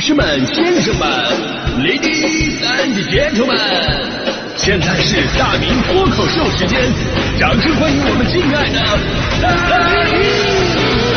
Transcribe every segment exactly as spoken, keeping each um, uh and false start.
士们、先生们 ，Ladies and Gentlemen， 现在是大明脱口秀时间，掌声欢迎我们敬爱的大明！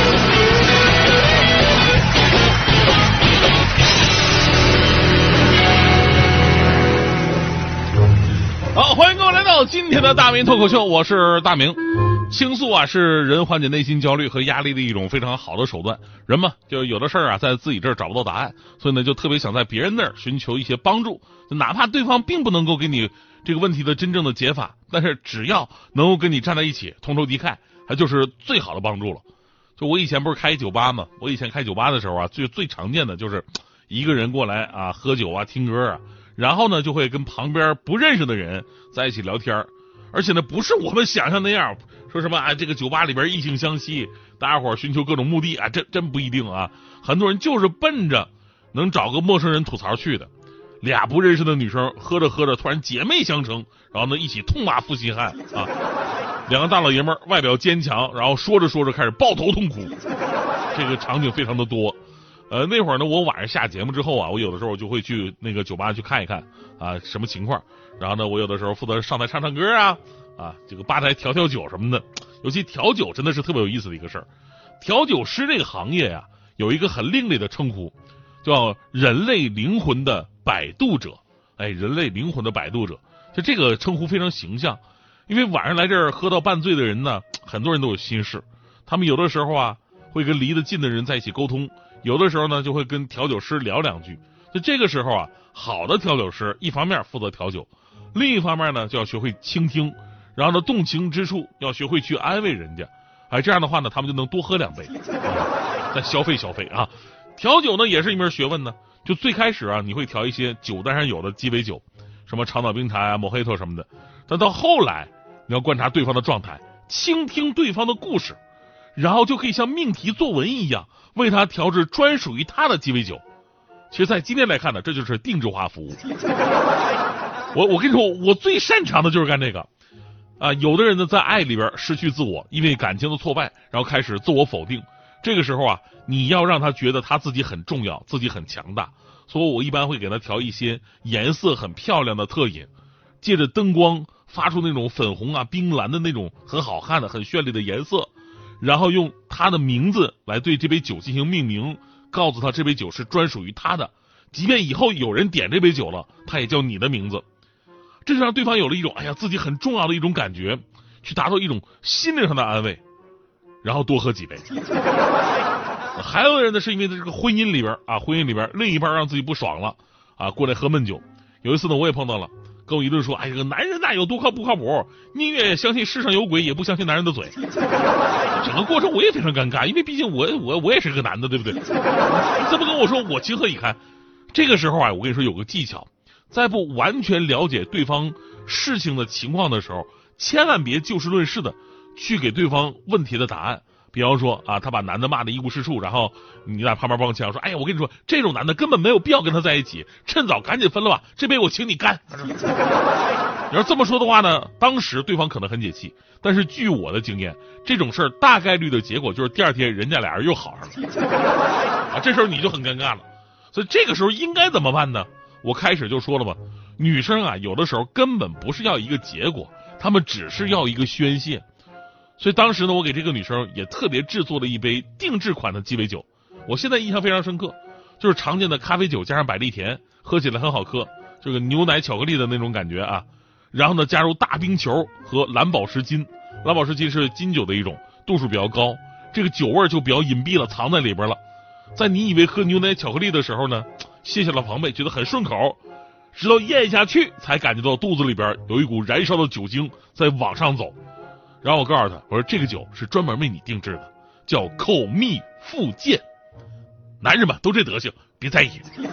好，欢迎各位来到今天的大明脱口秀，我是大明。倾诉啊，是人缓解内心焦虑和压力的一种非常好的手段。人嘛，就有的事儿啊，在自己这儿找不到答案，所以呢，就特别想在别人那儿寻求一些帮助。哪怕对方并不能够给你这个问题的真正的解法，但是只要能够跟你站在一起，同仇敌忾，它就是最好的帮助了。就我以前不是开酒吧嘛，我以前开酒吧的时候啊，最最常见的就是一个人过来啊，喝酒啊，听歌啊。然后呢，就会跟旁边不认识的人在一起聊天，而且呢，不是我们想象那样，说什么啊，这个酒吧里边异性相吸，大家伙寻求各种目的啊，真真不一定啊。很多人就是奔着能找个陌生人吐槽去的。俩不认识的女生喝着喝着，突然姐妹相称，然后呢，一起痛骂负心汉啊。两个大老爷们儿外表坚强，然后说着说着开始抱头痛哭，这个场景非常的多。呃，那会儿呢，我晚上下节目之后啊，我有的时候就会去那个酒吧去看一看啊，什么情况。然后呢，我有的时候负责上台唱唱歌啊，啊，这个吧台调调酒什么的。尤其调酒真的是特别有意思的一个事儿。调酒师这个行业呀、啊，有一个很另类的称呼，叫人类灵魂的摆渡者。哎，人类灵魂的摆渡者，就这个称呼非常形象。因为晚上来这儿喝到半醉的人呢，很多人都有心事，他们有的时候啊，会跟离得近的人在一起沟通。有的时候呢，就会跟调酒师聊两句。就这个时候啊，好的调酒师一方面负责调酒，另一方面呢，就要学会倾听，然后呢，动情之处要学会去安慰人家。哎，这样的话呢，他们就能多喝两杯，再消费消费啊。调酒呢，也是一门学问呢。就最开始啊，你会调一些酒单上有的鸡尾酒，什么长岛冰茶啊、莫黑头什么的。但到后来，你要观察对方的状态，倾听对方的故事，然后就可以像命题作文一样，为他调制专属于他的鸡尾酒。其实在今天来看呢，这就是定制化服务。我我跟你说，我最擅长的就是干这个啊。有的人呢，在爱里边失去自我，因为感情的挫败，然后开始自我否定。这个时候啊，你要让他觉得他自己很重要，自己很强大。所以我一般会给他调一些颜色很漂亮的特饮，借着灯光发出那种粉红啊、冰蓝的那种很好看的、很绚丽的颜色。然后用他的名字来对这杯酒进行命名，告诉他这杯酒是专属于他的，即便以后有人点这杯酒了，他也叫你的名字。这就让对方有了一种哎呀自己很重要的一种感觉，去达到一种心灵上的安慰，然后多喝几杯。还有的人呢，是因为这个婚姻里边啊，婚姻里边另一半让自己不爽了啊，过来喝闷酒。有一次呢，我也碰到了。跟我一顿说，哎，这个男人呐有多靠不靠谱？宁愿相信世上有鬼，也不相信男人的嘴。整个过程我也非常尴尬，因为毕竟我我我也是个男的，对不对？这么跟我说，我情何以堪？这个时候啊，我跟你说有个技巧，在不完全了解对方事情的情况的时候，千万别就事论事的去给对方问题的答案。比方说啊，他把男的骂得一无是处，然后你在旁边帮腔说，哎呀，我跟你说，这种男的根本没有必要跟他在一起，趁早赶紧分了吧，这杯我请你干。你要这么说的话呢，当时对方可能很解气，但是据我的经验，这种事儿大概率的结果就是第二天人家俩人又好上了啊，这时候你就很尴尬了。所以这个时候应该怎么办呢？我开始就说了嘛，女生啊，有的时候根本不是要一个结果，她们只是要一个宣泄。所以当时呢，我给这个女生也特别制作了一杯定制款的鸡尾酒，我现在印象非常深刻，就是常见的咖啡酒加上百利甜，喝起来很好喝，这个牛奶巧克力的那种感觉啊。然后呢，加入大冰球和蓝宝石金，蓝宝石金是金酒的一种，度数比较高，这个酒味就比较隐蔽了，藏在里边了。在你以为喝牛奶巧克力的时候呢，卸下了防备，觉得很顺口，直到咽下去才感觉到肚子里边有一股燃烧的酒精在往上走。然后我告诉他，我说这个酒是专门为你定制的，叫口蜜腹剑。男人嘛都这德行，别在意。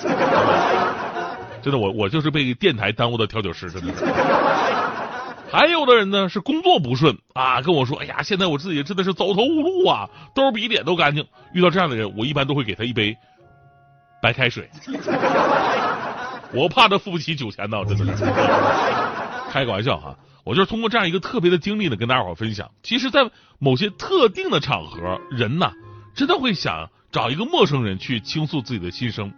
真的，我我就是被电台耽误的调酒师，真的是。还有的人呢是工作不顺啊，跟我说，哎呀，现在我自己真的是走投无路啊，兜比脸都干净。遇到这样的人，我一般都会给他一杯白开水。我怕他付不起酒钱呢，真的是。开个玩笑哈。我就是通过这样一个特别的经历呢，跟大家伙分享。其实，在某些特定的场合，人呐，真的会想找一个陌生人去倾诉自己的心声。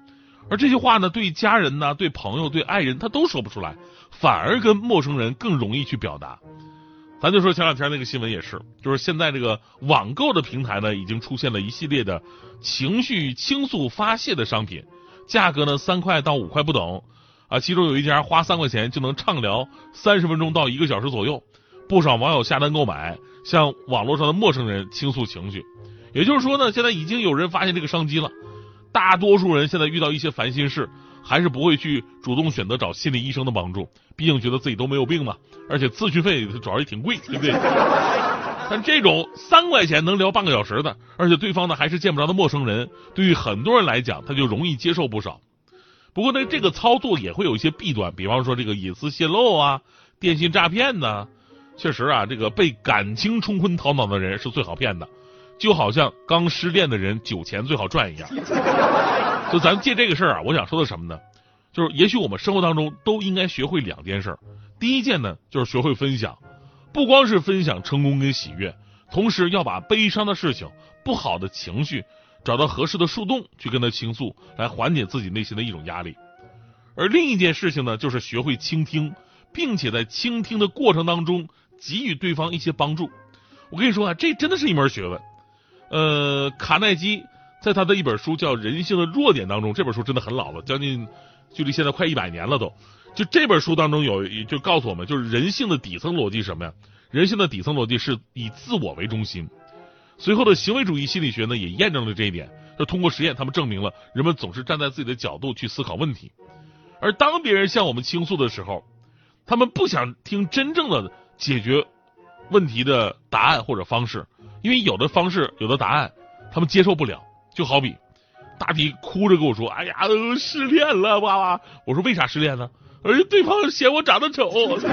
而这些话呢，对家人呢、对朋友、对爱人，他都说不出来，反而跟陌生人更容易去表达。咱就说前两天那个新闻也是，就是现在这个网购的平台呢，已经出现了一系列的情绪倾诉发泄的商品，价格呢三块到五块不等啊，其中有一家花三块钱就能畅聊三十分钟到一个小时左右，不少网友下单购买，向网络上的陌生人倾诉情绪。也就是说呢，现在已经有人发现这个商机了，大多数人现在遇到一些烦心事，还是不会去主动选择找心理医生的帮助，毕竟觉得自己都没有病嘛，而且咨询费主要也挺贵，对不对？但这种三块钱能聊半个小时的，而且对方呢还是见不着的陌生人，对于很多人来讲，他就容易接受不少。不过呢，这个操作也会有一些弊端，比方说这个隐私泄露啊，电信诈骗呢。确实啊，这个被感情冲昏头脑的人是最好骗的，就好像刚失恋的人酒钱最好赚一样。就咱借这个事儿啊，我想说的什么呢？就是也许我们生活当中都应该学会两件事。第一件呢，就是学会分享，不光是分享成功跟喜悦，同时要把悲伤的事情、不好的情绪找到合适的树洞去跟他倾诉，来缓解自己内心的一种压力。而另一件事情呢，就是学会倾听，并且在倾听的过程当中给予对方一些帮助。我跟你说啊，这真的是一门学问。呃，卡耐基在他的一本书叫《人性的弱点》当中，这本书真的很老了，将近距离现在快一百年了都。就这本书当中有就告诉我们，就是人性的底层逻辑是什么呀？人性的底层逻辑是以自我为中心。随后的行为主义心理学呢，也验证了这一点。就通过实验，他们证明了人们总是站在自己的角度去思考问题。而当别人向我们倾诉的时候，他们不想听真正的解决问题的答案或者方式，因为有的方式有的答案他们接受不了。就好比大迪哭着跟我说，哎呀失恋了哇哇，我说为啥失恋呢？而且对方嫌我长得丑，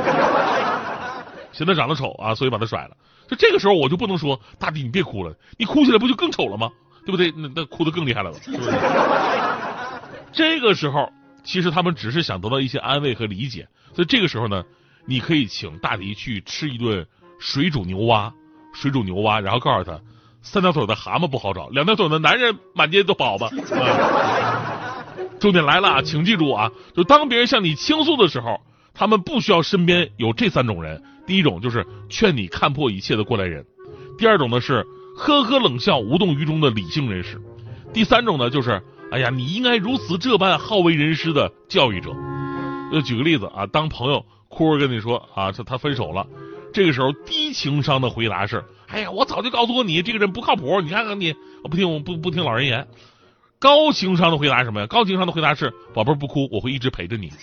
嫌他长得丑啊，所以把他甩了。就这个时候我就不能说大迪你别哭了，你哭起来不就更丑了吗？对不对？那那哭得更厉害了吧，是不是？这个时候其实他们只是想得到一些安慰和理解，所以这个时候呢，你可以请大迪去吃一顿水煮牛蛙，水煮牛蛙，然后告诉他，三条腿的蛤蟆不好找，两条腿的男人满街都跑吧。啊、重点来了啊，请记住啊，就当别人向你倾诉的时候，他们不需要身边有这三种人。第一种就是劝你看破一切的过来人，第二种呢是呵呵冷笑无动于衷的理性人士，第三种呢就是哎呀你应该如此这般好为人师的教育者。就举个例子啊，当朋友哭着跟你说啊他他分手了，这个时候低情商的回答是，哎呀我早就告诉过你这个人不靠谱，你看看你不听不不听老人言。高情商的回答是什么呀？高情商的回答是，宝贝儿不哭，我会一直陪着你，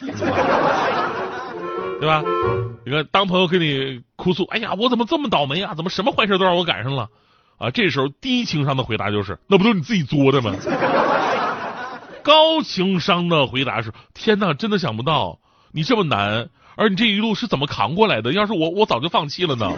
对吧？你看当朋友跟你哭诉，哎呀我怎么这么倒霉啊，怎么什么坏事都让我赶上了啊，这时候低情商的回答就是，那不都是你自己作的吗？高情商的回答是，天哪，真的想不到你这么难，而你这一路是怎么扛过来的，要是我我早就放弃了呢。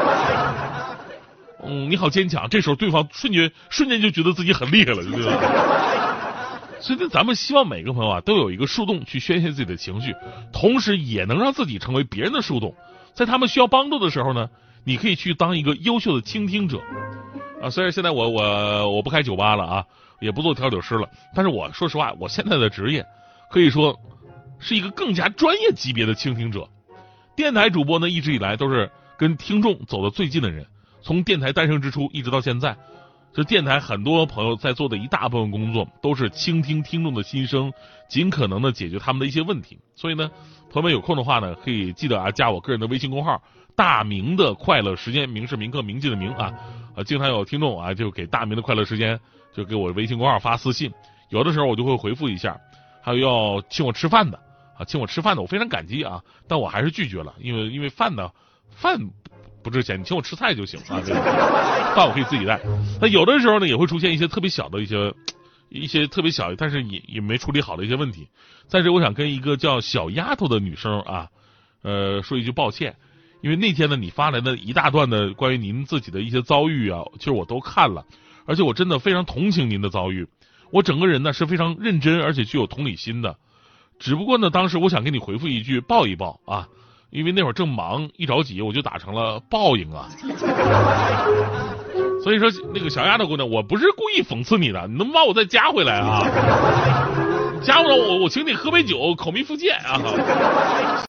嗯，你好坚强，这时候对方瞬间瞬间就觉得自己很厉害了，对吧？所以咱们希望每个朋友啊都有一个树洞去宣泄自己的情绪，同时也能让自己成为别人的树洞。在他们需要帮助的时候呢，你可以去当一个优秀的倾听者啊。虽然现在我我我不开酒吧了啊，也不做调酒师了，但是我说实话，我现在的职业可以说是一个更加专业级别的倾听者。电台主播呢，一直以来都是跟听众走得最近的人，从电台诞生之初一直到现在。这电台很多朋友在做的一大部分工作都是倾听听众的心声，尽可能的解决他们的一些问题。所以呢，朋友们有空的话呢，可以记得啊加我个人的微信公号大明的快乐时间，明是铭刻铭记的明啊。啊，经常有听众啊就给大明的快乐时间就给我微信公号发私信，有的时候我就会回复一下。还有要请我吃饭的啊，请我吃饭的我非常感激啊，但我还是拒绝了，因为因为饭呢饭不值钱，你请我吃菜就行啊，这个饭我可以自己带。那有的时候呢，也会出现一些特别小的一些一些特别小，但是也也没处理好的一些问题。在这，我想跟一个叫小丫头的女生啊，呃，说一句抱歉，因为那天呢，你发来的一大段的关于您自己的一些遭遇啊，其实我都看了，而且我真的非常同情您的遭遇。我整个人呢是非常认真而且具有同理心的，只不过呢，当时我想给你回复一句抱一抱啊。因为那会儿正忙，一着急我就打成了报应啊。所以说那个小丫头姑娘，我不是故意讽刺你的，你能不能把我再加回来啊？ 加不了我，我请你喝杯酒，口蜜腹剑啊。